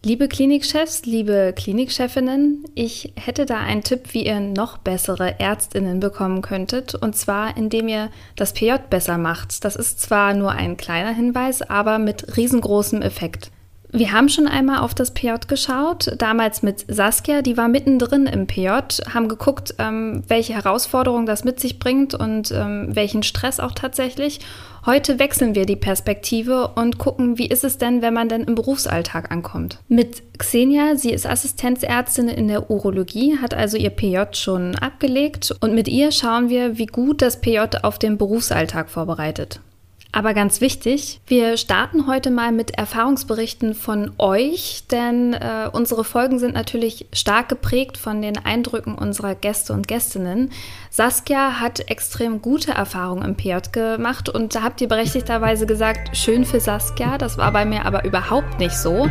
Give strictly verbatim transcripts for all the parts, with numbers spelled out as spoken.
Liebe Klinikchefs, liebe Klinikchefinnen, ich hätte da einen Tipp, wie ihr noch bessere ÄrztInnen bekommen könntet, und zwar indem ihr das P J besser macht. Das ist zwar nur ein kleiner Hinweis, aber mit riesengroßem Effekt. Wir haben schon einmal auf das P J geschaut, damals mit Saskia, die war mittendrin im P J, haben geguckt, ähm, welche Herausforderungen das mit sich bringt und ähm, welchen Stress auch tatsächlich. Heute wechseln wir die Perspektive und gucken, wie ist es denn, wenn man denn im Berufsalltag ankommt. Mit Xenia, sie ist Assistenzärztin in der Urologie, hat also ihr P J schon abgelegt und mit ihr schauen wir, wie gut das P J auf den Berufsalltag vorbereitet. Aber ganz wichtig, wir starten heute mal mit Erfahrungsberichten von euch, denn äh, unsere Folgen sind natürlich stark geprägt von den Eindrücken unserer Gäste und Gästinnen. Saskia hat extrem gute Erfahrungen im P J gemacht und da habt ihr berechtigterweise gesagt, schön für Saskia, das war bei mir aber überhaupt nicht so.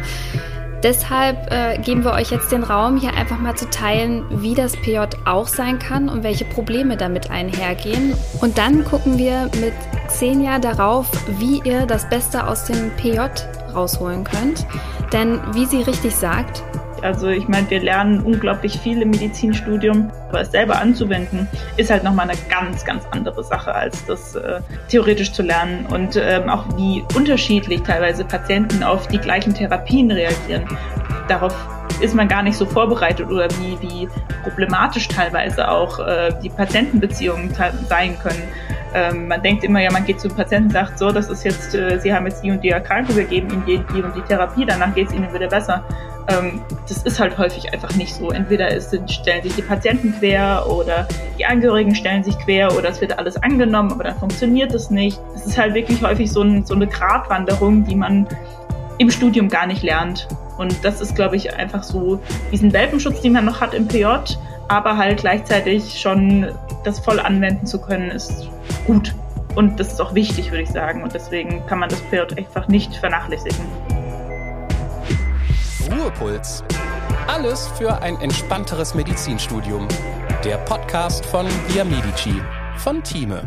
Deshalb äh, geben wir euch jetzt den Raum, hier einfach mal zu teilen, wie das P J auch sein kann und welche Probleme damit einhergehen. Und dann gucken wir mit Xenia darauf, wie ihr das Beste aus dem P J rausholen könnt. Denn wie sie richtig sagt, also ich meine, wir lernen unglaublich viel im Medizinstudium, aber es selber anzuwenden, ist halt nochmal eine ganz, ganz andere Sache, als das äh, theoretisch zu lernen. Und ähm, auch wie unterschiedlich teilweise Patienten auf die gleichen Therapien reagieren. Darauf ist man gar nicht so vorbereitet oder wie, wie problematisch teilweise auch äh, die Patientenbeziehungen te- sein können. Ähm, man denkt immer, ja, man geht zu einem Patienten und sagt, so, das ist jetzt, äh, Sie haben jetzt die und die Erkrankung, wir geben Ihnen die, die und die Therapie, danach geht es Ihnen wieder besser. Ähm, das ist halt häufig einfach nicht so. Entweder es sind, stellen sich die Patienten quer oder die Angehörigen stellen sich quer oder es wird alles angenommen, aber dann funktioniert es nicht. Es ist halt wirklich häufig so, ein, so eine Gratwanderung, die man im Studium gar nicht lernt. Und das ist, glaube ich, einfach so diesen Welpenschutz, den man noch hat im P J, aber halt gleichzeitig schon das voll anwenden zu können, ist gut. Und das ist auch wichtig, würde ich sagen. Und deswegen kann man das P J einfach nicht vernachlässigen. Ruhepuls. Alles für ein entspannteres Medizinstudium. Der Podcast von Via Medici von Thieme.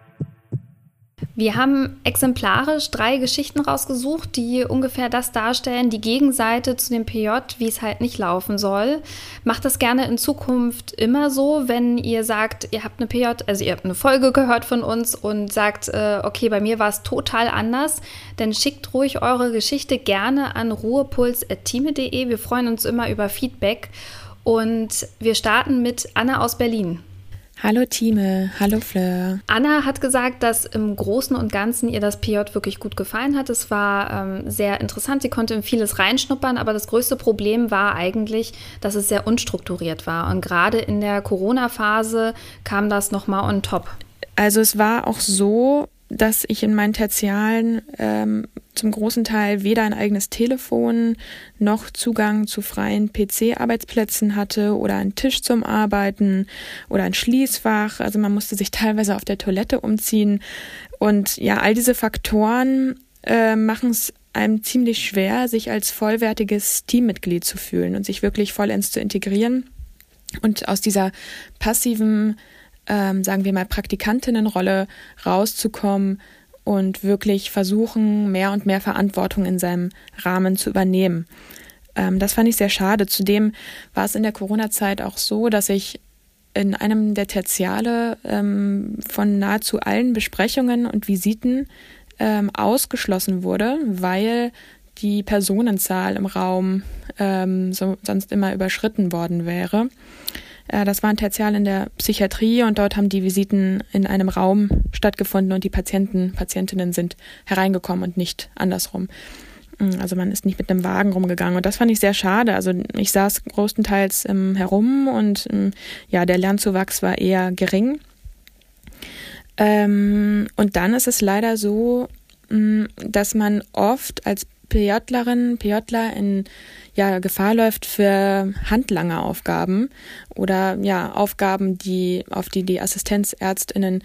Wir haben exemplarisch drei Geschichten rausgesucht, die ungefähr das darstellen, die Gegenseite zu dem P J, wie es halt nicht laufen soll. Macht das gerne in Zukunft immer so, wenn ihr sagt, ihr habt eine P J, also ihr habt eine Folge gehört von uns und sagt, äh, okay, bei mir war es total anders, dann schickt ruhig eure Geschichte gerne an ruhepuls at thieme punkt de. Wir freuen uns immer über Feedback und wir starten mit Anna aus Berlin. Hallo Thieme, hallo Fleur. Anna hat gesagt, dass im Großen und Ganzen ihr das P J wirklich gut gefallen hat. Es war ähm, sehr interessant, sie konnte in vieles reinschnuppern, aber das größte Problem war eigentlich, dass es sehr unstrukturiert war. Und gerade in der Corona-Phase kam das nochmal on top. Also es war auch so, dass ich in meinen Tertialen ähm, zum großen Teil weder ein eigenes Telefon noch Zugang zu freien P C-Arbeitsplätzen hatte oder einen Tisch zum Arbeiten oder ein Schließfach. Also man musste sich teilweise auf der Toilette umziehen. Und ja, all diese Faktoren äh, machen es einem ziemlich schwer, sich als vollwertiges Teammitglied zu fühlen und sich wirklich vollends zu integrieren. Und aus dieser passiven Ähm, sagen wir mal, Praktikantinnenrolle rauszukommen und wirklich versuchen, mehr und mehr Verantwortung in seinem Rahmen zu übernehmen. Ähm, das fand ich sehr schade. Zudem war es in der Corona-Zeit auch so, dass ich in einem der Tertiale ähm, von nahezu allen Besprechungen und Visiten ähm, ausgeschlossen wurde, weil die Personenzahl im Raum ähm, so, sonst immer überschritten worden wäre. Das war ein Tertial in der Psychiatrie und dort haben die Visiten in einem Raum stattgefunden und die Patienten, Patientinnen sind hereingekommen und nicht andersrum. Also man ist nicht mit einem Wagen rumgegangen und das fand ich sehr schade. Also ich saß größtenteils ähm, herum und ähm, ja, der Lernzuwachs war eher gering. Ähm, und dann ist es leider so, ähm, dass man oft als PJlerin, PJler in ja, Gefahr läuft für handlange Aufgaben oder ja, Aufgaben, die, auf die die AssistenzärztInnen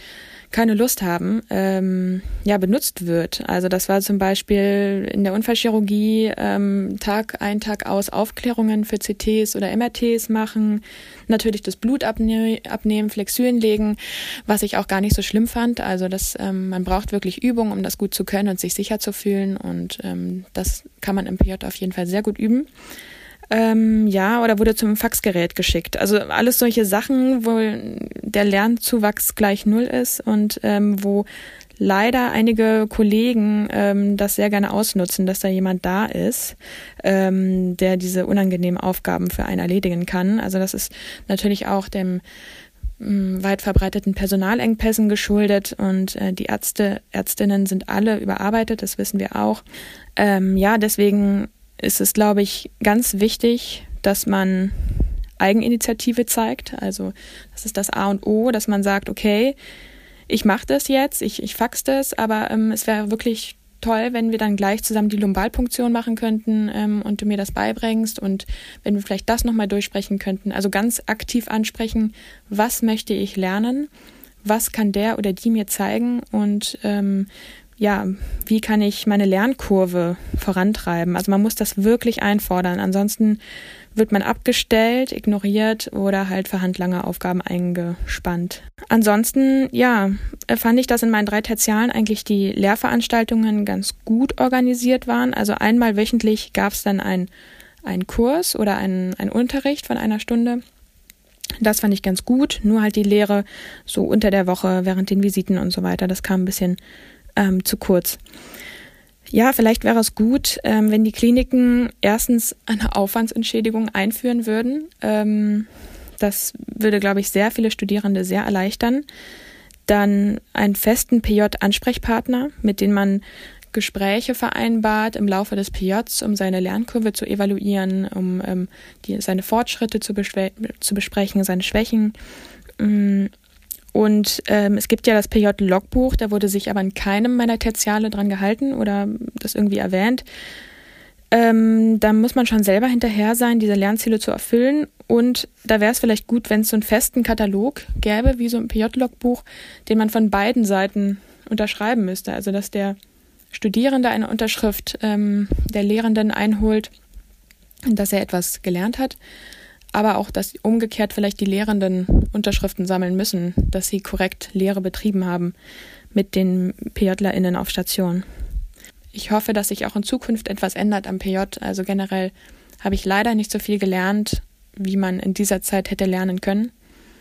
keine Lust haben, ähm, ja, benutzt wird. Also das war zum Beispiel in der Unfallchirurgie ähm, Tag ein, Tag aus Aufklärungen für C Ts oder M R Ts machen, natürlich das Blut abne- abnehmen, Flexuren legen, was ich auch gar nicht so schlimm fand. Also das, ähm, man braucht wirklich Übung, um das gut zu können und sich sicher zu fühlen, und ähm, das kann man im P J auf jeden Fall sehr gut üben. Ähm, ja, oder wurde zum Faxgerät geschickt. Also alles solche Sachen, wo der Lernzuwachs gleich null ist und ähm, wo leider einige Kollegen ähm, das sehr gerne ausnutzen, dass da jemand da ist, ähm, der diese unangenehmen Aufgaben für einen erledigen kann. Also das ist natürlich auch dem mh, weit verbreiteten Personalengpässen geschuldet, und äh, die Ärzte, Ärztinnen sind alle überarbeitet, das wissen wir auch. Ähm, ja, deswegen ist es, glaube ich, ganz wichtig, dass man Eigeninitiative zeigt. Also das ist das A und O, dass man sagt, okay, ich mache das jetzt, ich, ich fax das, aber ähm, es wäre wirklich toll, wenn wir dann gleich zusammen die Lumbalpunktion machen könnten ähm, und du mir das beibringst, und wenn wir vielleicht das nochmal durchsprechen könnten. Also ganz aktiv ansprechen, was möchte ich lernen, was kann der oder die mir zeigen, und ähm, ja, wie kann ich meine Lernkurve vorantreiben? Also man muss das wirklich einfordern. Ansonsten wird man abgestellt, ignoriert oder halt für handlange Aufgaben eingespannt. Ansonsten, ja, fand ich, dass in meinen drei Tertialen eigentlich die Lehrveranstaltungen ganz gut organisiert waren. Also einmal wöchentlich gab es dann ein, einen Kurs oder einen, einen Unterricht von einer Stunde. Das fand ich ganz gut. Nur halt die Lehre so unter der Woche während den Visiten und so weiter, das kam ein bisschen Ähm, zu kurz. Ja, vielleicht wäre es gut, ähm, wenn die Kliniken erstens eine Aufwandsentschädigung einführen würden. Ähm, das würde, glaube ich, sehr viele Studierende sehr erleichtern. Dann einen festen P J-Ansprechpartner, mit dem man Gespräche vereinbart im Laufe des P Js, um seine Lernkurve zu evaluieren, um ähm, die, seine Fortschritte zu, bespe- zu besprechen, seine Schwächen. Ähm, Und ähm, es gibt ja das P J-Logbuch, da wurde sich aber in keinem meiner Tertiale dran gehalten oder das irgendwie erwähnt. Ähm, da muss man schon selber hinterher sein, diese Lernziele zu erfüllen. Und da wäre es vielleicht gut, wenn es so einen festen Katalog gäbe, wie so ein P J-Logbuch, den man von beiden Seiten unterschreiben müsste. Also dass der Studierende eine Unterschrift ähm, der Lehrenden einholt, dass er etwas gelernt hat. Aber auch, dass umgekehrt vielleicht die Lehrenden Unterschriften sammeln müssen, dass sie korrekt Lehre betrieben haben mit den PJlerInnen auf Station. Ich hoffe, dass sich auch in Zukunft etwas ändert am P J. Also generell habe ich leider nicht so viel gelernt, wie man in dieser Zeit hätte lernen können.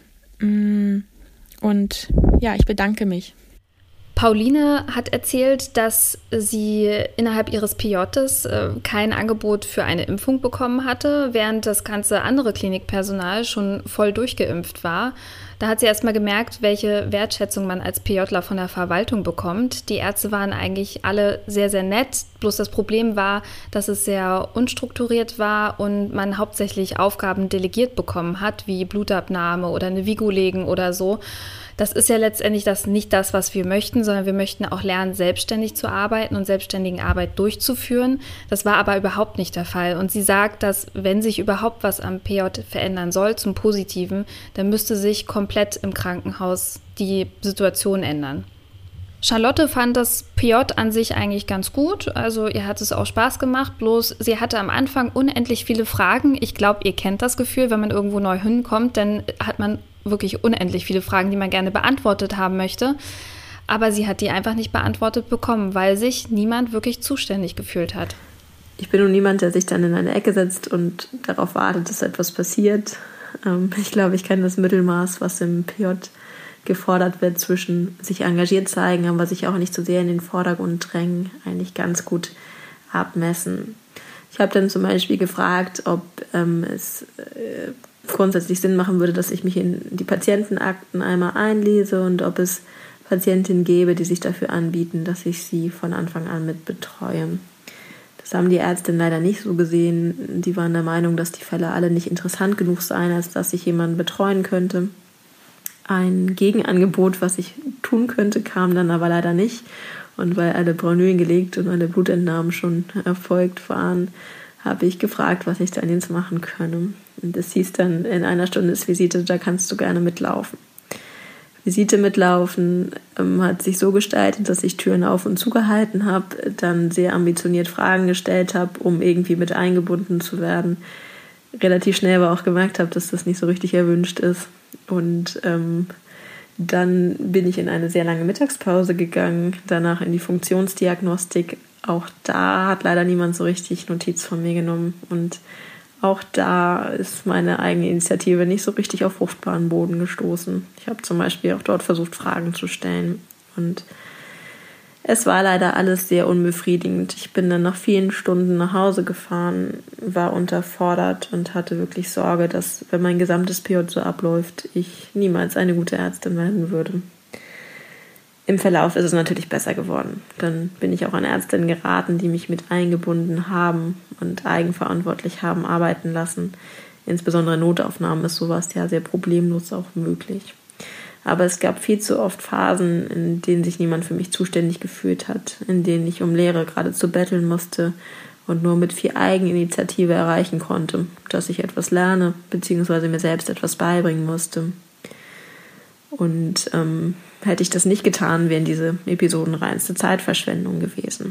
Und ja, ich bedanke mich. Pauline hat erzählt, dass sie innerhalb ihres P Js äh, kein Angebot für eine Impfung bekommen hatte, während das ganze andere Klinikpersonal schon voll durchgeimpft war. Da hat sie erst mal gemerkt, welche Wertschätzung man als PJler von der Verwaltung bekommt. Die Ärzte waren eigentlich alle sehr, sehr nett. Bloß das Problem war, dass es sehr unstrukturiert war und man hauptsächlich Aufgaben delegiert bekommen hat, wie Blutabnahme oder eine Vigo legen oder so. Das ist ja letztendlich das nicht das, was wir möchten, sondern wir möchten auch lernen, selbstständig zu arbeiten und selbstständigen Arbeit durchzuführen. Das war aber überhaupt nicht der Fall. Und sie sagt, dass wenn sich überhaupt was am P J verändern soll, zum Positiven, dann müsste sich komplett im Krankenhaus die Situation ändern. Charlotte fand das P J an sich eigentlich ganz gut, also ihr hat es auch Spaß gemacht, bloß sie hatte am Anfang unendlich viele Fragen. Ich glaube, ihr kennt das Gefühl, wenn man irgendwo neu hinkommt, dann hat man wirklich unendlich viele Fragen, die man gerne beantwortet haben möchte. Aber sie hat die einfach nicht beantwortet bekommen, weil sich niemand wirklich zuständig gefühlt hat. Ich bin nun niemand, der sich dann in eine Ecke setzt und darauf wartet, dass etwas passiert. Ich glaube, ich kenne das Mittelmaß, was im P J gefordert wird, zwischen sich engagiert zeigen, aber sich auch nicht zu sehr in den Vordergrund drängen, eigentlich ganz gut abmessen. Ich habe dann zum Beispiel gefragt, ob ähm, es äh, grundsätzlich Sinn machen würde, dass ich mich in die Patientenakten einmal einlese und ob es Patientinnen gäbe, die sich dafür anbieten, dass ich sie von Anfang an mit betreue. Das haben die Ärztinnen leider nicht so gesehen. Die waren der Meinung, dass die Fälle alle nicht interessant genug seien, als dass ich jemanden betreuen könnte. Ein Gegenangebot, was ich tun könnte, kam dann aber leider nicht. Und weil alle Braunölen gelegt und alle Blutentnahmen schon erfolgt waren, habe ich gefragt, was ich dann jetzt machen könne. Und es hieß dann, in einer Stunde ist Visite, da kannst du gerne mitlaufen. Visite mitlaufen ähm, hat sich so gestaltet, dass ich Türen auf und zugehalten habe, dann sehr ambitioniert Fragen gestellt habe, um irgendwie mit eingebunden zu werden. Relativ schnell aber auch gemerkt habe, dass das nicht so richtig erwünscht ist. Und ähm, dann bin ich in eine sehr lange Mittagspause gegangen, danach in die Funktionsdiagnostik. Auch da hat leider niemand so richtig Notiz von mir genommen. Und auch da ist meine eigene Initiative nicht so richtig auf fruchtbaren Boden gestoßen. Ich habe zum Beispiel auch dort versucht, Fragen zu stellen. Und es war leider alles sehr unbefriedigend. Ich bin dann nach vielen Stunden nach Hause gefahren, war unterfordert und hatte wirklich Sorge, dass, wenn mein gesamtes P J so abläuft, ich niemals eine gute Ärztin werden würde. Im Verlauf ist es natürlich besser geworden. Dann bin ich auch an Ärztinnen geraten, die mich mit eingebunden haben und eigenverantwortlich haben arbeiten lassen. Insbesondere in Notaufnahmen ist sowas ja sehr problemlos auch möglich. Aber es gab viel zu oft Phasen, in denen sich niemand für mich zuständig gefühlt hat, in denen ich um Lehre geradezu betteln musste und nur mit viel Eigeninitiative erreichen konnte, dass ich etwas lerne bzw. mir selbst etwas beibringen musste. Und ähm, hätte ich das nicht getan, wären diese Episoden reinste Zeitverschwendung gewesen.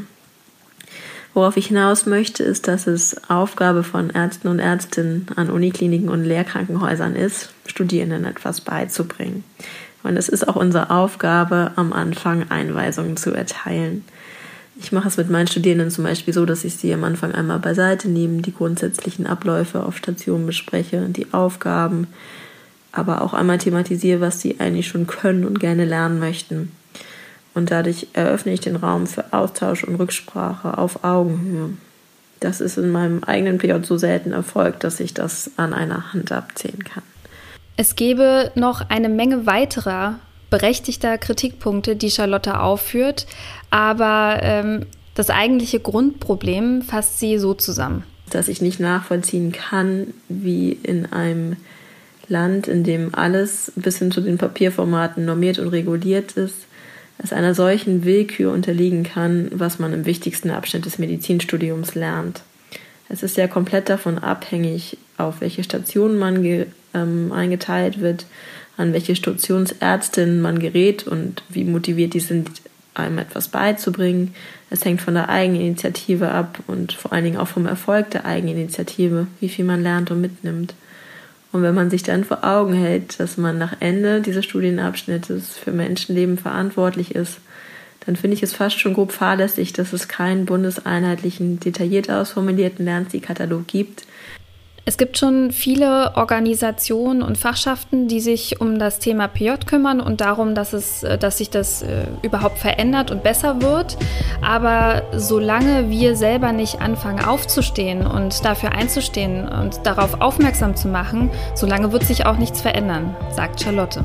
Worauf ich hinaus möchte, ist, dass es Aufgabe von Ärzten und Ärztinnen an Unikliniken und Lehrkrankenhäusern ist, Studierenden etwas beizubringen. Und es ist auch unsere Aufgabe, am Anfang Einweisungen zu erteilen. Ich mache es mit meinen Studierenden zum Beispiel so, dass ich sie am Anfang einmal beiseite nehme, die grundsätzlichen Abläufe auf Station bespreche, die Aufgaben, aber auch einmal thematisiere, was sie eigentlich schon können und gerne lernen möchten. Und dadurch eröffne ich den Raum für Austausch und Rücksprache auf Augenhöhe. Das ist in meinem eigenen P J so selten erfolgt, dass ich das an einer Hand abzählen kann. Es gäbe noch eine Menge weiterer berechtigter Kritikpunkte, die Charlotte aufführt, aber ähm, das eigentliche Grundproblem fasst sie so zusammen. Dass ich nicht nachvollziehen kann, wie in einem Land, in dem alles bis hin zu den Papierformaten normiert und reguliert ist, es einer solchen Willkür unterliegen kann, was man im wichtigsten Abschnitt des Medizinstudiums lernt. Es ist ja komplett davon abhängig, auf welche Stationen man ge- ähm, eingeteilt wird, an welche Stationsärztinnen man gerät und wie motiviert die sind, einem etwas beizubringen. Es hängt von der Eigeninitiative ab und vor allen Dingen auch vom Erfolg der Eigeninitiative, wie viel man lernt und mitnimmt. Und wenn man sich dann vor Augen hält, dass man nach Ende dieses Studienabschnittes für Menschenleben verantwortlich ist, dann finde ich es fast schon grob fahrlässig, dass es keinen bundeseinheitlichen, detailliert ausformulierten Lernzielkatalog gibt. Es gibt schon viele Organisationen und Fachschaften, die sich um das Thema P J kümmern und darum, dass es, dass sich das äh, überhaupt verändert und besser wird. Aber solange wir selber nicht anfangen aufzustehen und dafür einzustehen und darauf aufmerksam zu machen, solange wird sich auch nichts verändern, sagt Charlotte.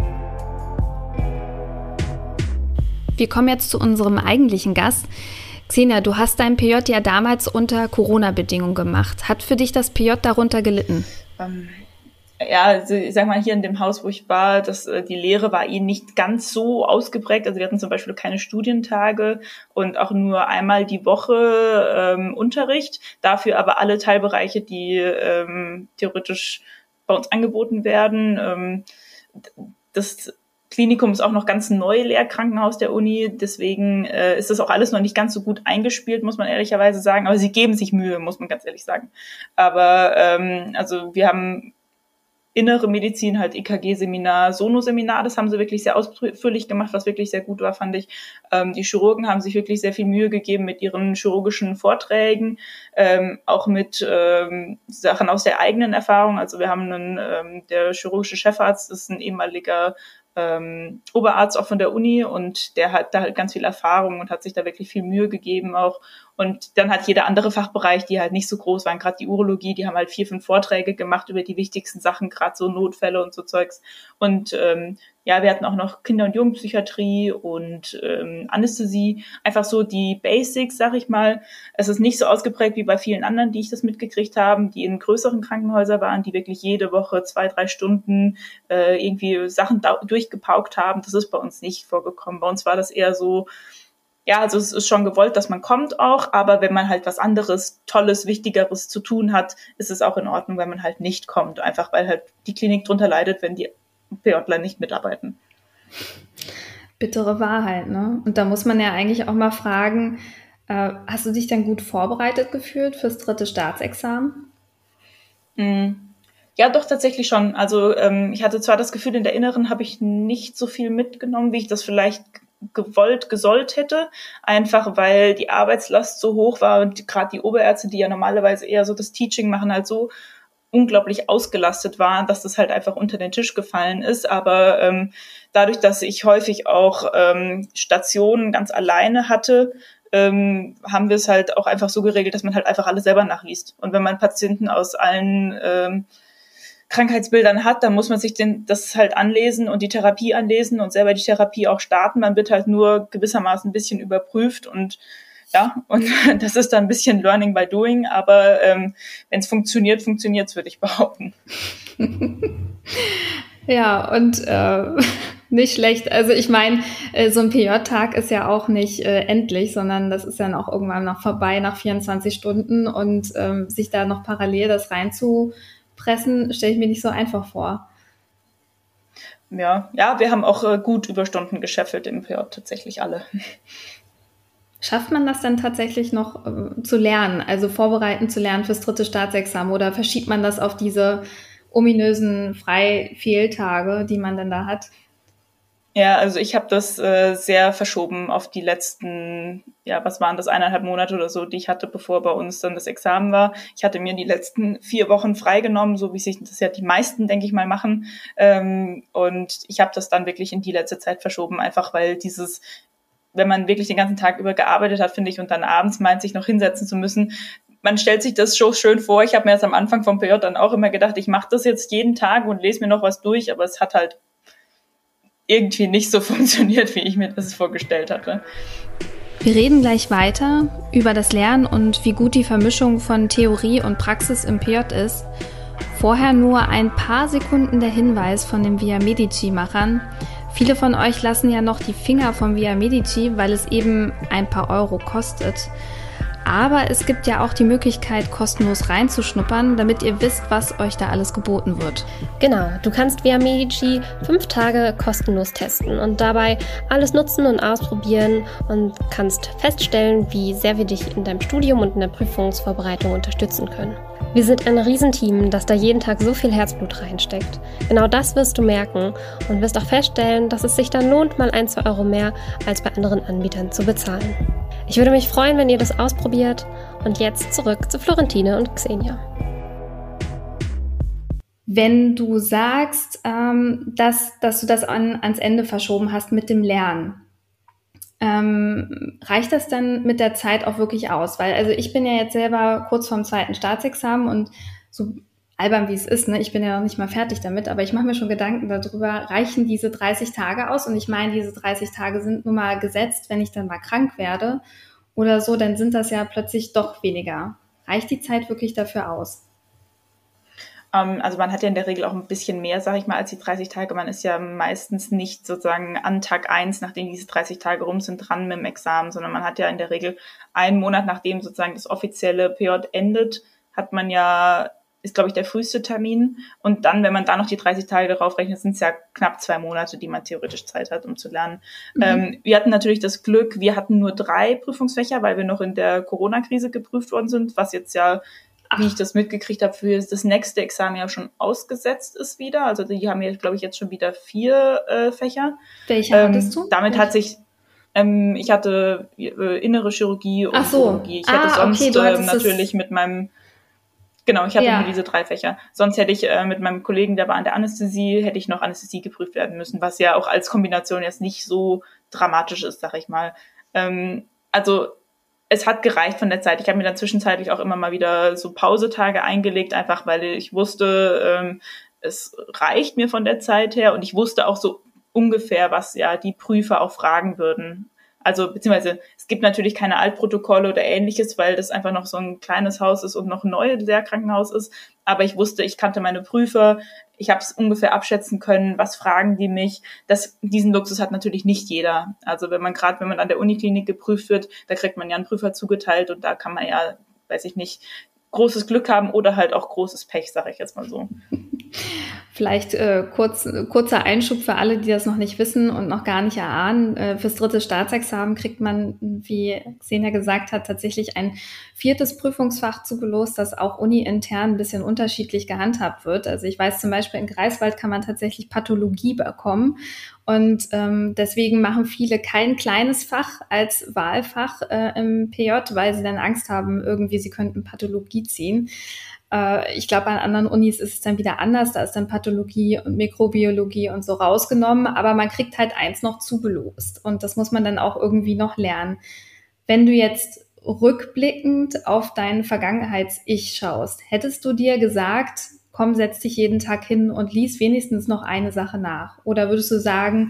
Wir kommen jetzt zu unserem eigentlichen Gast. Xenia, du hast dein P J ja damals unter Corona-Bedingungen gemacht. Hat für dich das P J darunter gelitten? Ähm, ja, also ich sag mal, hier in dem Haus, wo ich war, das, die Lehre war eh nicht ganz so ausgeprägt. Also wir hatten zum Beispiel keine Studientage und auch nur einmal die Woche ähm, Unterricht. Dafür aber alle Teilbereiche, die ähm, theoretisch bei uns angeboten werden. Ähm, das Klinikum ist auch noch ganz neu, Lehrkrankenhaus der Uni, deswegen äh, ist das auch alles noch nicht ganz so gut eingespielt, muss man ehrlicherweise sagen, aber sie geben sich Mühe, muss man ganz ehrlich sagen. Aber ähm, also wir haben innere Medizin, halt E K G-Seminar, Sono-Seminar, das haben sie wirklich sehr ausführlich gemacht, was wirklich sehr gut war, fand ich. Ähm, die Chirurgen haben sich wirklich sehr viel Mühe gegeben mit ihren chirurgischen Vorträgen, ähm, auch mit ähm, Sachen aus der eigenen Erfahrung. Also wir haben einen, ähm, der chirurgische Chefarzt ist ein ehemaliger Ähm, Oberarzt auch von der Uni und der hat da halt ganz viel Erfahrung und hat sich da wirklich viel Mühe gegeben auch. Und dann hat jeder andere Fachbereich, die halt nicht so groß waren, gerade die Urologie, die haben halt vier, fünf Vorträge gemacht über die wichtigsten Sachen, gerade so Notfälle und so Zeugs. Und ähm, ja, wir hatten auch noch Kinder- und Jugendpsychiatrie und ähm, Anästhesie, einfach so die Basics, sag ich mal. Es ist nicht so ausgeprägt wie bei vielen anderen, die ich das mitgekriegt habe, die in größeren Krankenhäusern waren, die wirklich jede Woche zwei, drei Stunden äh, irgendwie Sachen da- durchgepaukt haben. Das ist bei uns nicht vorgekommen. Bei uns war das eher so, ja, also es ist schon gewollt, dass man kommt auch, aber wenn man halt was anderes, Tolles, Wichtigeres zu tun hat, ist es auch in Ordnung, wenn man halt nicht kommt, einfach weil halt die Klinik drunter leidet, wenn die PJler nicht mitarbeiten. Bittere Wahrheit, ne? Und da muss man ja eigentlich auch mal fragen, äh, hast du dich dann gut vorbereitet gefühlt fürs dritte Staatsexamen? Mhm. Ja, doch, tatsächlich schon. Also ähm, ich hatte zwar das Gefühl, in der Inneren habe ich nicht so viel mitgenommen, wie ich das vielleicht gewollt, gesollt hätte, einfach weil die Arbeitslast so hoch war und gerade die Oberärzte, die ja normalerweise eher so das Teaching machen, halt so unglaublich ausgelastet waren, dass das halt einfach unter den Tisch gefallen ist. Aber ähm, dadurch, dass ich häufig auch ähm, Stationen ganz alleine hatte, ähm, haben wir es halt auch einfach so geregelt, dass man halt einfach alles selber nachliest. Und wenn man Patienten aus allen ähm, Krankheitsbildern hat, dann muss man sich den, das halt anlesen und die Therapie anlesen und selber die Therapie auch starten. Man wird halt nur gewissermaßen ein bisschen überprüft und ja, und das ist dann ein bisschen Learning by Doing, aber ähm, wenn es funktioniert, funktioniert es, würde ich behaupten. Ja, und äh, nicht schlecht. Also ich meine, äh, so ein P J-Tag ist ja auch nicht äh, endlich, sondern das ist dann auch irgendwann noch vorbei nach vierundzwanzig Stunden und ähm, sich da noch parallel das reinzupressen, stelle ich mir nicht so einfach vor. Ja, ja, wir haben auch äh, gut Überstunden gescheffelt im P J, tatsächlich alle. Schafft man das dann tatsächlich noch äh, zu lernen, also vorbereiten zu lernen fürs dritte Staatsexamen, oder verschiebt man das auf diese ominösen Freifehltage, die man dann da hat? Ja, also ich habe das äh, sehr verschoben auf die letzten, ja, was waren das, eineinhalb Monate oder so, die ich hatte, bevor bei uns dann das Examen war. Ich hatte mir die letzten vier Wochen freigenommen, so wie sich das ja die meisten, denke ich mal, machen. Ähm, und ich habe das dann wirklich in die letzte Zeit verschoben, einfach weil dieses, wenn man wirklich den ganzen Tag über gearbeitet hat, finde ich, und dann abends meint, sich noch hinsetzen zu müssen, man stellt sich das so schön vor. Ich habe mir jetzt am Anfang vom P J dann auch immer gedacht, ich mache das jetzt jeden Tag und lese mir noch was durch, aber es hat halt irgendwie nicht so funktioniert, wie ich mir das vorgestellt hatte. Wir reden gleich weiter über das Lernen und wie gut die Vermischung von Theorie und Praxis im P J ist. Vorher nur ein paar Sekunden der Hinweis von den Via Medici-Machern. Viele von euch lassen ja noch die Finger vom Via Medici, weil es eben ein paar Euro kostet. Aber es gibt ja auch die Möglichkeit, kostenlos reinzuschnuppern, damit ihr wisst, was euch da alles geboten wird. Genau, du kannst Via Medici fünf Tage kostenlos testen und dabei alles nutzen und ausprobieren und kannst feststellen, wie sehr wir dich in deinem Studium und in der Prüfungsvorbereitung unterstützen können. Wir sind ein Riesenteam, das da jeden Tag so viel Herzblut reinsteckt. Genau das wirst du merken und wirst auch feststellen, dass es sich dann lohnt, mal ein, zwei Euro mehr als bei anderen Anbietern zu bezahlen. Ich würde mich freuen, wenn ihr das ausprobiert. Und jetzt zurück zu Florentine und Xenia. Wenn du sagst, ähm, dass, dass du das an, ans Ende verschoben hast mit dem Lernen, ähm, reicht das dann mit der Zeit auch wirklich aus? Weil also ich bin ja jetzt selber kurz vorm zweiten Staatsexamen und so albern wie es ist, ne? Ich bin ja noch nicht mal fertig damit, aber ich mache mir schon Gedanken darüber, reichen diese dreißig Tage aus? Und ich meine, diese dreißig Tage sind nun mal gesetzt, wenn ich dann mal krank werde oder so, dann sind das ja plötzlich doch weniger. Reicht die Zeit wirklich dafür aus? Um, also man hat ja in der Regel auch ein bisschen mehr, sage ich mal, als die dreißig Tage. Man ist ja meistens nicht sozusagen an Tag eins, nachdem diese dreißig Tage rum sind, dran mit dem Examen, sondern man hat ja in der Regel einen Monat, nachdem sozusagen das offizielle P J endet, hat man ja, ist, glaube ich, der früheste Termin. Und dann, wenn man da noch die dreißig Tage darauf rechnet, sind es ja knapp zwei Monate, die man theoretisch Zeit hat, um zu lernen. Mhm. Ähm, wir hatten natürlich das Glück, wir hatten nur drei Prüfungsfächer, weil wir noch in der Corona-Krise geprüft worden sind, was jetzt ja, Ach. wie ich das mitgekriegt habe, für das nächste Examen ja schon ausgesetzt ist wieder. Also die haben jetzt, glaube ich, jetzt schon wieder vier äh, Fächer. Welche ähm, hattest du? Damit Welche? hat sich... Ähm, ich hatte äh, innere Chirurgie und Ach so. Chirurgie. Ich ah, hätte sonst okay, du äh, hattest natürlich mit meinem... Genau, ich hatte Ja. nur diese drei Fächer. Sonst hätte ich äh, mit meinem Kollegen, der war an der Anästhesie, hätte ich noch Anästhesie geprüft werden müssen, was ja auch als Kombination jetzt nicht so dramatisch ist, sag ich mal. Ähm, also es hat gereicht von der Zeit. Ich habe mir dann zwischenzeitlich auch immer mal wieder so Pausetage eingelegt, einfach weil ich wusste, ähm, es reicht mir von der Zeit her und ich wusste auch so ungefähr, was ja die Prüfer auch fragen würden. Also beziehungsweise es gibt natürlich keine Altprotokolle oder Ähnliches, weil das einfach noch so ein kleines Haus ist und noch ein neues Lehrkrankenhaus ist. Aber ich wusste, ich kannte meine Prüfer, ich habe es ungefähr abschätzen können, was fragen die mich. Das, diesen Luxus hat natürlich nicht jeder. Also wenn man gerade, wenn man an der Uniklinik geprüft wird, da kriegt man ja einen Prüfer zugeteilt und da kann man ja, weiß ich nicht, großes Glück haben oder halt auch großes Pech, sage ich jetzt mal so. Vielleicht äh, kurz, kurzer Einschub für alle, die das noch nicht wissen und noch gar nicht erahnen. Äh, fürs dritte Staatsexamen kriegt man, wie Xenia gesagt hat, tatsächlich ein viertes Prüfungsfach zugelost, das auch uni-intern ein bisschen unterschiedlich gehandhabt wird. Also ich weiß zum Beispiel, in Greifswald kann man tatsächlich Pathologie bekommen. Und ähm, deswegen machen viele kein kleines Fach als Wahlfach äh, im P J, weil sie dann Angst haben, irgendwie sie könnten Pathologie ziehen. Ich glaube, an anderen Unis ist es dann wieder anders. Da ist dann Pathologie und Mikrobiologie und so rausgenommen. Aber man kriegt halt eins noch zugelost. Und das muss man dann auch irgendwie noch lernen. Wenn du jetzt rückblickend auf dein Vergangenheits-Ich schaust, hättest du dir gesagt, komm, setz dich jeden Tag hin und lies wenigstens noch eine Sache nach? Oder würdest du sagen,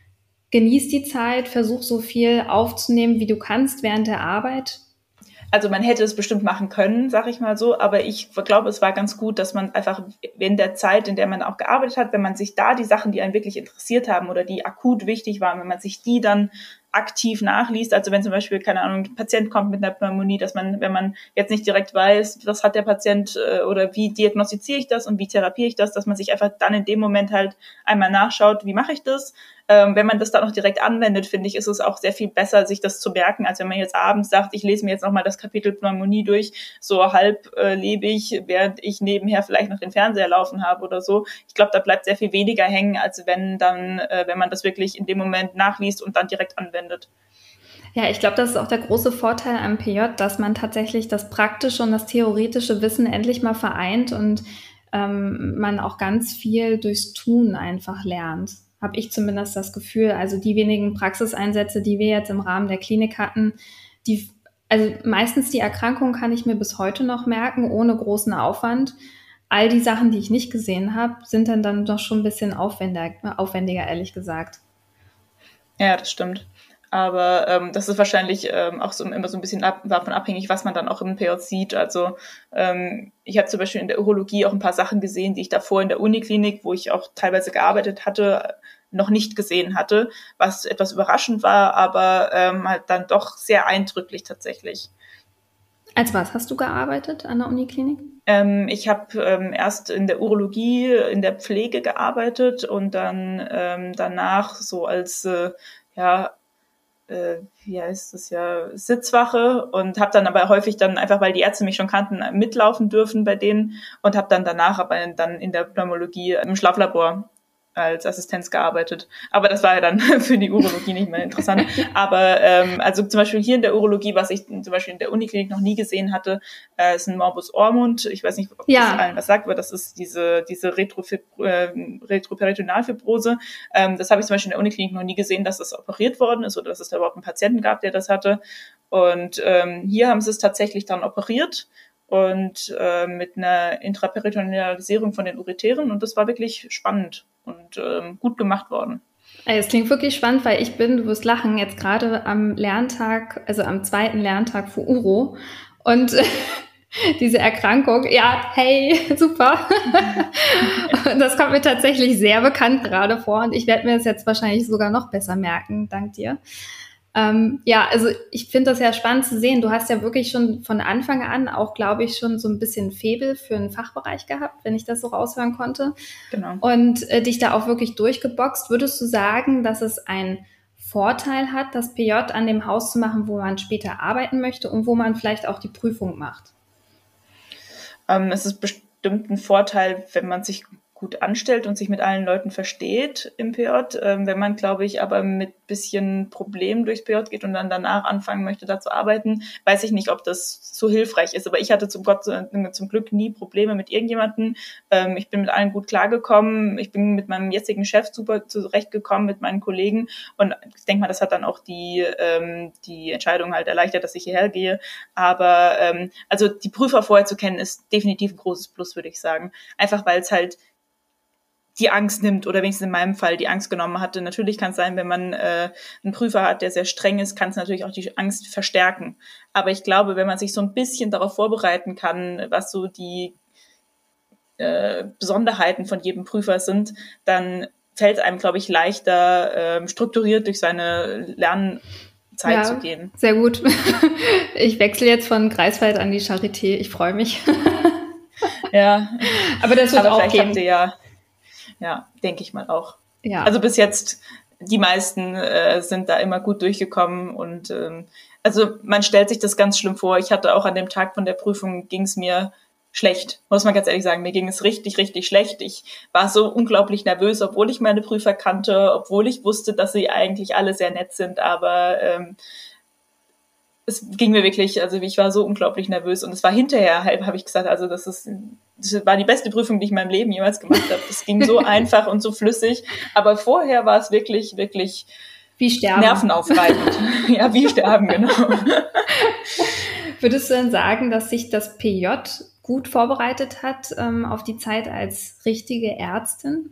genieß die Zeit, versuch so viel aufzunehmen, wie du kannst während der Arbeit? Also man hätte es bestimmt machen können, sag ich mal so, aber ich glaube, es war ganz gut, dass man einfach in der Zeit, in der man auch gearbeitet hat, wenn man sich da die Sachen, die einen wirklich interessiert haben oder die akut wichtig waren, wenn man sich die dann aktiv nachliest, also wenn zum Beispiel, keine Ahnung, ein Patient kommt mit einer Pneumonie, dass man, wenn man jetzt nicht direkt weiß, was hat der Patient äh, oder wie diagnostiziere ich das und wie therapiere ich das, dass man sich einfach dann in dem Moment halt einmal nachschaut, wie mache ich das. Ähm, wenn man das dann auch direkt anwendet, finde ich, ist es auch sehr viel besser, sich das zu merken, als wenn man jetzt abends sagt, ich lese mir jetzt nochmal das Kapitel Pneumonie durch, so halb äh, lebig, während ich nebenher vielleicht noch den Fernseher laufen habe oder so. Ich glaube, da bleibt sehr viel weniger hängen, als wenn dann, äh, wenn man das wirklich in dem Moment nachliest und dann direkt anwendet. Ja, ich glaube, das ist auch der große Vorteil am P J, dass man tatsächlich das praktische und das theoretische Wissen endlich mal vereint und ähm, man auch ganz viel durchs Tun einfach lernt. Habe ich zumindest das Gefühl. Also die wenigen Praxiseinsätze, die wir jetzt im Rahmen der Klinik hatten, die, also meistens die Erkrankung kann ich mir bis heute noch merken, ohne großen Aufwand. All die Sachen, die ich nicht gesehen habe, sind dann, dann doch schon ein bisschen aufwendiger, aufwendiger, ehrlich gesagt. Ja, das stimmt. Aber ähm, das ist wahrscheinlich ähm, auch so, immer so ein bisschen ab, davon abhängig, was man dann auch im P J sieht. Also ähm, ich habe zum Beispiel in der Urologie auch ein paar Sachen gesehen, die ich davor in der Uniklinik, wo ich auch teilweise gearbeitet hatte, noch nicht gesehen hatte, was etwas überraschend war, aber ähm, halt dann doch sehr eindrücklich tatsächlich. Als was hast du gearbeitet an der Uniklinik? Ähm, ich habe ähm, erst in der Urologie, in der Pflege gearbeitet und dann ähm, danach so als, äh, ja, äh, wie heißt das ja, Sitzwache und habe dann aber häufig dann einfach, weil die Ärzte mich schon kannten, mitlaufen dürfen bei denen und habe dann danach aber dann in der Pneumologie im Schlaflabor als Assistenz gearbeitet. Aber das war ja dann für die Urologie nicht mehr interessant. Aber ähm, also zum Beispiel hier in der Urologie, was ich zum Beispiel in der Uniklinik noch nie gesehen hatte, äh, ist ein Morbus Ormond. Ich weiß nicht, ob ja. das allen was sagt, aber das ist diese diese Retrofib- äh, Retroperitonalfibrose. Ähm, das habe ich zum Beispiel in der Uniklinik noch nie gesehen, dass das operiert worden ist oder dass es da überhaupt einen Patienten gab, der das hatte. Und ähm, hier haben sie es tatsächlich dann operiert und äh, mit einer Intraperitonealisierung von den Uretären und das war wirklich spannend und ähm, gut gemacht worden. Es klingt wirklich spannend, weil ich bin, du wirst lachen, jetzt gerade am Lerntag, also am zweiten Lerntag für Uro und diese Erkrankung, ja, hey, super. Das kommt mir tatsächlich sehr bekannt gerade vor und ich werde mir das jetzt wahrscheinlich sogar noch besser merken, dank dir. Ähm, ja, also ich finde das ja spannend zu sehen. Du hast ja wirklich schon von Anfang an auch, glaube ich, schon so ein bisschen Faible für einen Fachbereich gehabt, wenn ich das so raushören konnte. Genau. Und äh, dich da auch wirklich durchgeboxt. Würdest du sagen, dass es einen Vorteil hat, das P J an dem Haus zu machen, wo man später arbeiten möchte und wo man vielleicht auch die Prüfung macht? Ähm, es ist bestimmt ein Vorteil, wenn man sich gut anstellt und sich mit allen Leuten versteht im P J. Ähm, wenn man, glaube ich, aber mit bisschen Problemen durchs P J geht und dann danach anfangen möchte, da zu arbeiten, weiß ich nicht, ob das so hilfreich ist. Aber ich hatte zum Gott zum Glück nie Probleme mit irgendjemandem. Ähm, ich bin mit allen gut klargekommen. Ich bin mit meinem jetzigen Chef super zurechtgekommen, mit meinen Kollegen. Und ich denke mal, das hat dann auch die ähm, die Entscheidung halt erleichtert, dass ich hierher gehe. Aber ähm, also die Prüfer vorher zu kennen, ist definitiv ein großes Plus, würde ich sagen. Einfach, weil es halt die Angst nimmt oder wenigstens in meinem Fall die Angst genommen hatte. Natürlich kann es sein, wenn man äh, einen Prüfer hat, der sehr streng ist, kann es natürlich auch die Angst verstärken. Aber ich glaube, wenn man sich so ein bisschen darauf vorbereiten kann, was so die äh, Besonderheiten von jedem Prüfer sind, dann fällt es einem, glaube ich, leichter, äh, strukturiert durch seine Lernzeit ja, zu gehen. Sehr gut. Ich wechsle jetzt von Greifswald an die Charité. Ich freue mich. Ja, aber das wird aber auch vielleicht gehen. Habt ihr ja Ja, denke ich mal auch. Ja. Also bis jetzt, die meisten äh, sind da immer gut durchgekommen und ähm, also man stellt sich das ganz schlimm vor. Ich hatte auch an dem Tag von der Prüfung, ging es mir schlecht, muss man ganz ehrlich sagen. Mir ging es richtig, richtig schlecht. Ich war so unglaublich nervös, obwohl ich meine Prüfer kannte, obwohl ich wusste, dass sie eigentlich alle sehr nett sind, aber ähm, es ging mir wirklich, also ich war so unglaublich nervös und es war hinterher, habe ich gesagt, also das ist, das war die beste Prüfung, die ich in meinem Leben jemals gemacht habe. Das ging so einfach und so flüssig, aber vorher war es wirklich, wirklich wie sterben. Nervenaufreibend. Ja, wie sterben, genau. Würdest du denn sagen, dass sich das P J gut vorbereitet hat ähm, auf die Zeit als richtige Ärztin?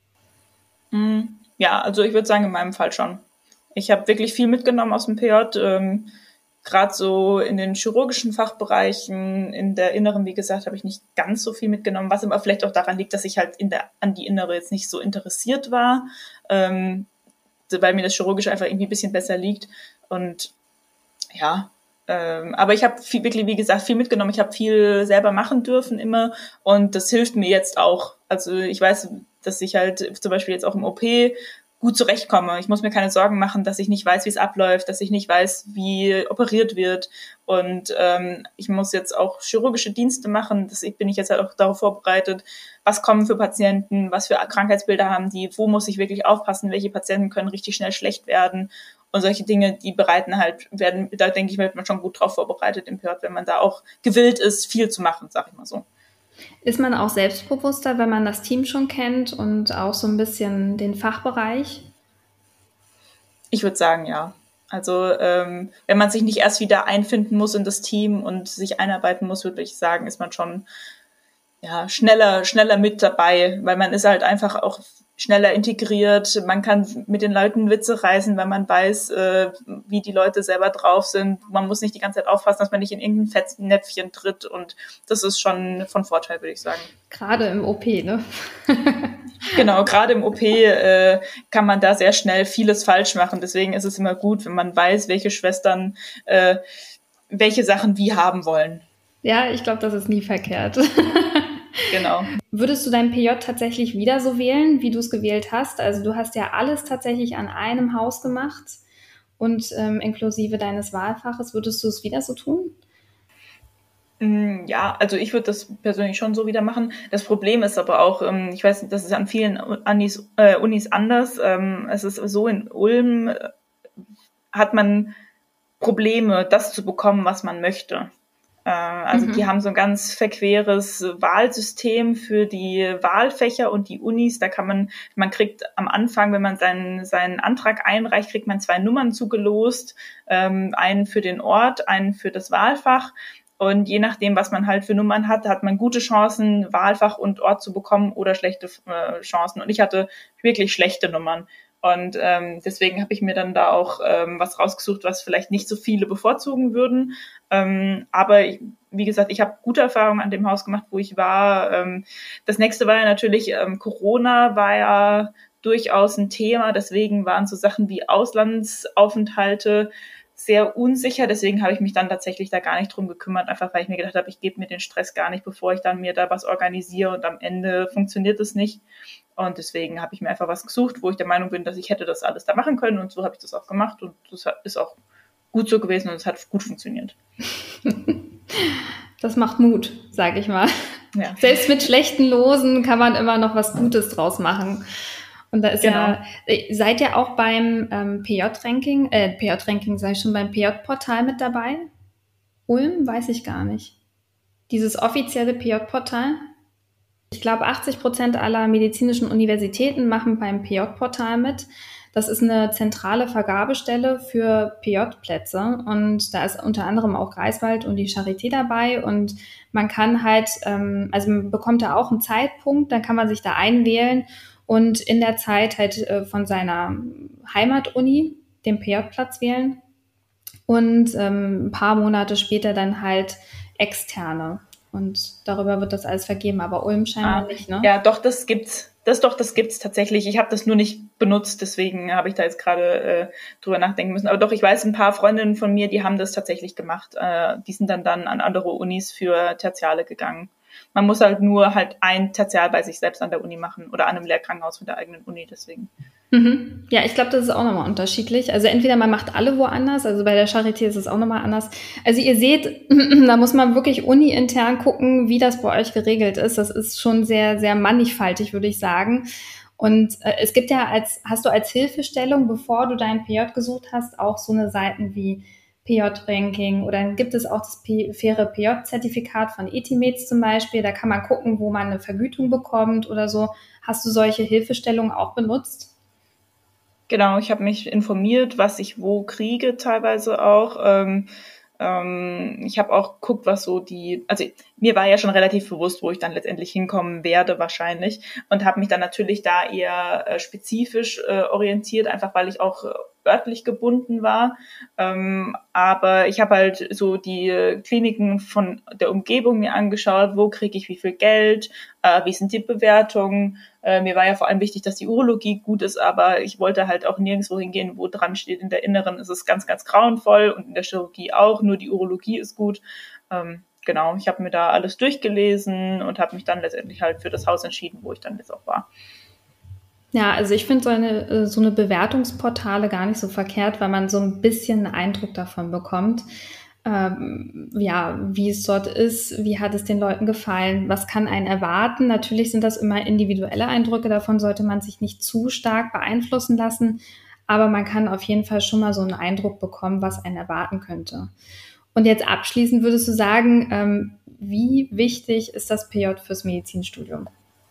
Ja, also ich würde sagen, in meinem Fall schon. Ich habe wirklich viel mitgenommen aus dem P J, ähm, gerade so in den chirurgischen Fachbereichen, in der Inneren, wie gesagt, habe ich nicht ganz so viel mitgenommen, was aber vielleicht auch daran liegt, dass ich halt in der, an die Innere jetzt nicht so interessiert war, ähm, weil mir das Chirurgische einfach irgendwie ein bisschen besser liegt. Und ja, ähm, aber ich habe wirklich, wie gesagt, viel mitgenommen. Ich habe viel selber machen dürfen immer und das hilft mir jetzt auch. Also ich weiß, dass ich halt zum Beispiel jetzt auch im O P gut zurechtkomme. Ich muss mir keine Sorgen machen, dass ich nicht weiß, wie es abläuft, dass ich nicht weiß, wie operiert wird. Und ähm, ich muss jetzt auch chirurgische Dienste machen. Das bin ich jetzt halt auch darauf vorbereitet, was kommen für Patienten, was für Krankheitsbilder haben die, wo muss ich wirklich aufpassen, welche Patienten können richtig schnell schlecht werden. Und solche Dinge, die bereiten halt, werden, da denke ich, wird man schon gut drauf vorbereitet im P J, wenn man da auch gewillt ist, viel zu machen, sag ich mal so. Ist man auch selbstbewusster, wenn man das Team schon kennt und auch so ein bisschen den Fachbereich? Ich würde sagen, ja. Also ähm, wenn man sich nicht erst wieder einfinden muss in das Team und sich einarbeiten muss, würde ich sagen, ist man schon ja schneller, schneller mit dabei, weil man ist halt einfach auch schneller integriert. Man kann mit den Leuten Witze reißen, weil man weiß, äh, wie die Leute selber drauf sind. Man muss nicht die ganze Zeit aufpassen, dass man nicht in irgendein Fettnäpfchen tritt und das ist schon von Vorteil, würde ich sagen. Gerade im O P, ne? Genau, gerade im O P äh, kann man da sehr schnell vieles falsch machen. Deswegen ist es immer gut, wenn man weiß, welche Schwestern äh, welche Sachen wie haben wollen. Ja, ich glaube, das ist nie verkehrt. Genau. Würdest du dein P J tatsächlich wieder so wählen, wie du es gewählt hast? Also du hast ja alles tatsächlich an einem Haus gemacht und ähm, inklusive deines Wahlfaches. Würdest du es wieder so tun? Ja, also ich würde das persönlich schon so wieder machen. Das Problem ist aber auch, ich weiß nicht, das ist an vielen Unis, äh, Unis anders. Es ist so, in Ulm hat man Probleme, das zu bekommen, was man möchte. Also mhm. die haben so ein ganz verqueres Wahlsystem für die Wahlfächer und die Unis. Da kann man, man kriegt am Anfang, wenn man seinen, seinen Antrag einreicht, kriegt man zwei Nummern zugelost. Einen für den Ort, einen für das Wahlfach. Und je nachdem, was man halt für Nummern hat, hat man gute Chancen, Wahlfach und Ort zu bekommen oder schlechte äh, Chancen. Und ich hatte wirklich schlechte Nummern. Und ähm, deswegen habe ich mir dann da auch ähm, was rausgesucht, was vielleicht nicht so viele bevorzugen würden. Ähm, aber ich, wie gesagt, ich habe gute Erfahrungen an dem Haus gemacht, wo ich war. Ähm, das nächste war ja natürlich, ähm, Corona war ja durchaus ein Thema. Deswegen waren so Sachen wie Auslandsaufenthalte sehr unsicher, deswegen habe ich mich dann tatsächlich da gar nicht drum gekümmert, einfach weil ich mir gedacht habe, ich gebe mir den Stress gar nicht, bevor ich dann mir da was organisiere und am Ende funktioniert es nicht. Und deswegen habe ich mir einfach was gesucht, wo ich der Meinung bin, dass ich hätte das alles da machen können und so habe ich das auch gemacht und das ist auch gut so gewesen und es hat gut funktioniert. Das macht Mut, sage ich mal. Ja. Selbst mit schlechten Losen kann man immer noch was Gutes draus machen. Und da ist genau. ja, seid ihr auch beim ähm, P J-Ranking, äh, P J-Ranking sei schon beim P J-Portal mit dabei? Ulm? Weiß ich gar nicht. Dieses offizielle P J-Portal? Ich glaube, achtzig Prozent aller medizinischen Universitäten machen beim P J-Portal mit. Das ist eine zentrale Vergabestelle für P J-Plätze und da ist unter anderem auch Greifswald und die Charité dabei und man kann halt, ähm, also man bekommt da auch einen Zeitpunkt, dann kann man sich da einwählen und in der Zeit halt äh, von seiner Heimatuni den P J-Platz wählen und ähm, ein paar Monate später dann halt externe. Und darüber wird das alles vergeben, aber Ulm scheinbar ah, nicht, ne? Ja, doch, das gibt's. Das doch, das gibt's tatsächlich. Ich habe das nur nicht benutzt, deswegen habe ich da jetzt gerade äh, drüber nachdenken müssen. Aber doch, ich weiß, ein paar Freundinnen von mir, die haben das tatsächlich gemacht. Äh, die sind dann dann an andere Unis für Tertiale gegangen. Man muss halt nur halt ein Tertial bei sich selbst an der Uni machen oder an einem Lehrkrankenhaus mit der eigenen Uni, deswegen. Mhm. Ja, ich glaube, das ist auch nochmal unterschiedlich. Also entweder man macht alle woanders, also bei der Charité ist es auch nochmal anders. Also ihr seht, da muss man wirklich uni-intern gucken, wie das bei euch geregelt ist. Das ist schon sehr, sehr mannigfaltig, würde ich sagen. Und äh, es gibt ja als, hast du als Hilfestellung, bevor du dein P J gesucht hast, auch so eine Seiten wie P J-Ranking oder dann gibt es auch das P- faire P J-Zertifikat von Etimed zum Beispiel. Da kann man gucken, wo man eine Vergütung bekommt oder so. Hast du solche Hilfestellungen auch benutzt? Genau, ich habe mich informiert, was ich wo kriege, teilweise auch. Ähm, ähm, ich habe auch geguckt, was so die, also mir war ja schon relativ bewusst, wo ich dann letztendlich hinkommen werde wahrscheinlich und habe mich dann natürlich da eher äh, spezifisch äh, orientiert, einfach weil ich auch äh, örtlich gebunden war. Ähm, aber ich habe halt so die Kliniken von der Umgebung mir angeschaut, wo kriege ich wie viel Geld, äh, wie sind die Bewertungen. Äh, mir war ja vor allem wichtig, dass die Urologie gut ist, aber ich wollte halt auch nirgendwo hingehen, wo dran steht, in der Inneren ist es ganz, ganz grauenvoll und in der Chirurgie auch, nur die Urologie ist gut. Ähm, genau, ich habe mir da alles durchgelesen und habe mich dann letztendlich halt für das Haus entschieden, wo ich dann jetzt auch war. Ja, also ich finde so eine, so eine Bewertungsportale gar nicht so verkehrt, weil man so ein bisschen einen Eindruck davon bekommt, ähm, ja, wie es dort ist, wie hat es den Leuten gefallen, was kann einen erwarten. Natürlich sind das immer individuelle Eindrücke, davon sollte man sich nicht zu stark beeinflussen lassen, aber man kann auf jeden Fall schon mal so einen Eindruck bekommen, was einen erwarten könnte. Und jetzt abschließend würdest du sagen, ähm, wie wichtig ist das P J fürs Medizinstudium?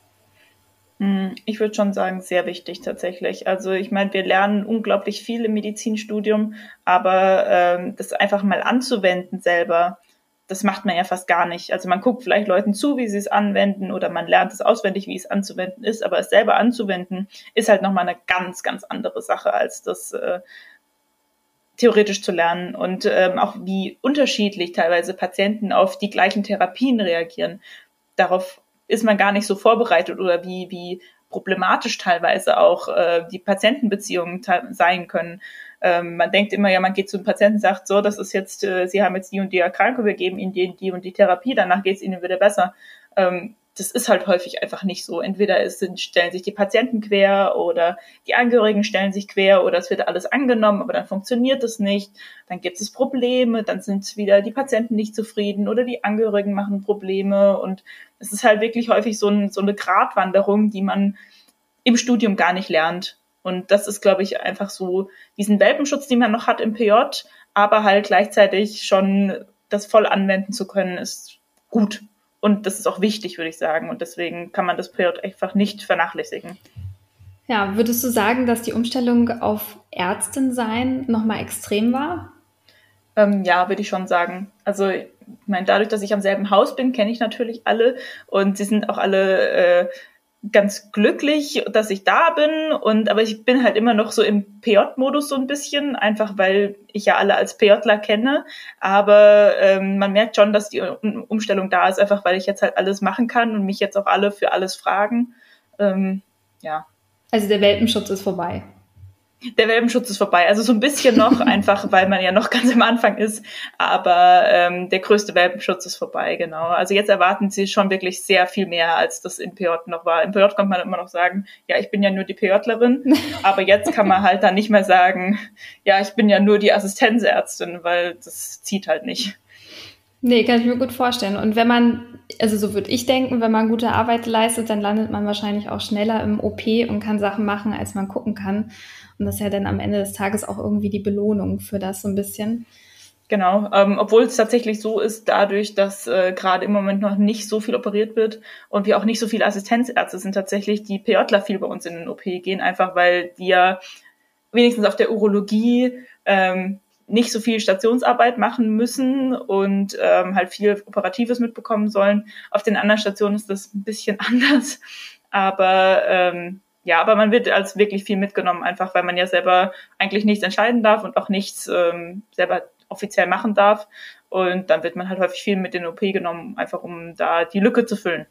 Ich würde schon sagen, sehr wichtig tatsächlich. Also ich meine, wir lernen unglaublich viel im Medizinstudium, aber ähm, das einfach mal anzuwenden selber, das macht man ja fast gar nicht. Also man guckt vielleicht Leuten zu, wie sie es anwenden oder man lernt es auswendig, wie es anzuwenden ist, aber es selber anzuwenden ist halt nochmal eine ganz, ganz andere Sache, als das äh, theoretisch zu lernen und ähm, auch wie unterschiedlich teilweise Patienten auf die gleichen Therapien reagieren. Darauf ist man gar nicht so vorbereitet oder wie wie problematisch teilweise auch äh, die Patientenbeziehungen te- sein können. Ähm, man denkt immer, ja, man geht zu einem Patienten und sagt, so, das ist jetzt, äh, Sie haben jetzt die und die Erkrankung, wir geben Ihnen die, die und die Therapie, danach geht es Ihnen wieder besser. Ähm, das ist halt häufig einfach nicht so. Entweder es sind, stellen sich die Patienten quer oder die Angehörigen stellen sich quer oder es wird alles angenommen, aber dann funktioniert es nicht. Dann gibt es Probleme, dann sind wieder die Patienten nicht zufrieden oder die Angehörigen machen Probleme und es ist halt wirklich häufig so, ein, so eine Gratwanderung, die man im Studium gar nicht lernt. Und das ist, glaube ich, einfach so diesen Welpenschutz, den man noch hat im P J, aber halt gleichzeitig schon das voll anwenden zu können, ist gut. Und das ist auch wichtig, würde ich sagen. Und deswegen kann man das P J einfach nicht vernachlässigen. Ja, würdest du sagen, dass die Umstellung auf Ärztin sein nochmal extrem war? Ähm, ja, würde ich schon sagen. Also ich meine, dadurch, dass ich am selben Haus bin, kenne ich natürlich alle und sie sind auch alle äh, ganz glücklich, dass ich da bin. Und aber ich bin halt immer noch so im P J-Modus so ein bisschen, einfach weil ich ja alle als PJler kenne. Aber ähm, man merkt schon, dass die Umstellung da ist, einfach weil ich jetzt halt alles machen kann und mich jetzt auch alle für alles fragen. Ähm, ja. Also der Welpenschutz ist vorbei. Der Welpenschutz ist vorbei. Also so ein bisschen noch, einfach weil man ja noch ganz am Anfang ist. Aber ähm, der größte Welpenschutz ist vorbei, genau. Also jetzt erwarten sie schon wirklich sehr viel mehr, als das in P J noch war. Im P J konnte man immer noch sagen, ja, ich bin ja nur die PJlerin. Aber jetzt kann man halt dann nicht mehr sagen, ja, ich bin ja nur die Assistenzärztin, weil das zieht halt nicht. Nee, kann ich mir gut vorstellen. Und wenn man, also so würde ich denken, wenn man gute Arbeit leistet, dann landet man wahrscheinlich auch schneller im O P und kann Sachen machen, als man gucken kann. Und das ist ja dann am Ende des Tages auch irgendwie die Belohnung für das so ein bisschen. Genau, ähm, obwohl es tatsächlich so ist, dadurch, dass äh, gerade im Moment noch nicht so viel operiert wird und wir auch nicht so viele Assistenzärzte sind, tatsächlich die PJler viel bei uns in den O P gehen, einfach weil die ja wenigstens auf der Urologie ähm, nicht so viel Stationsarbeit machen müssen und ähm, halt viel Operatives mitbekommen sollen. Auf den anderen Stationen ist das ein bisschen anders, aber ähm, ja, aber man wird als wirklich viel mitgenommen, einfach weil man ja selber eigentlich nichts entscheiden darf und auch nichts ähm, selber offiziell machen darf. Und dann wird man halt häufig viel mit in den O P genommen, einfach um da die Lücke zu füllen.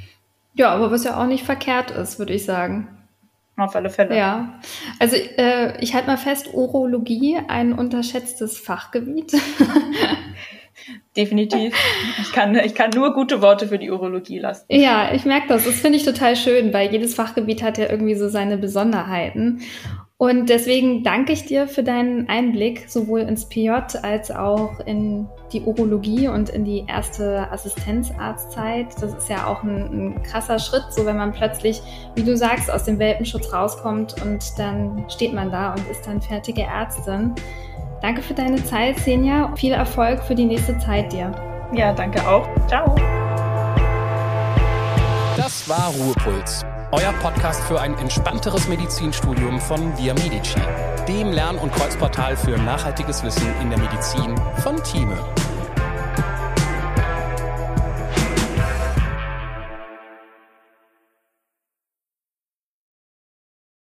Ja, aber was ja auch nicht verkehrt ist, würde ich sagen. Auf alle Fälle. Ja, also äh, ich halte mal fest, Urologie, ein unterschätztes Fachgebiet. Definitiv. Ich kann, ich kann nur gute Worte für die Urologie lassen. Ja, ich merke das. Das finde ich total schön, weil jedes Fachgebiet hat ja irgendwie so seine Besonderheiten. Und deswegen danke ich dir für deinen Einblick sowohl ins P J als auch in die Urologie und in die erste Assistenzarztzeit. Das ist ja auch ein, ein krasser Schritt, so wenn man plötzlich, wie du sagst, aus dem Welpenschutz rauskommt und dann steht man da und ist dann fertige Ärztin. Danke für deine Zeit, Senja. Viel Erfolg für die nächste Zeit dir. Ja, danke auch. Ciao. Das war Ruhepuls, euer Podcast für ein entspannteres Medizinstudium von Via Medici, dem Lern- und Kreuzportal für nachhaltiges Wissen in der Medizin von Thieme.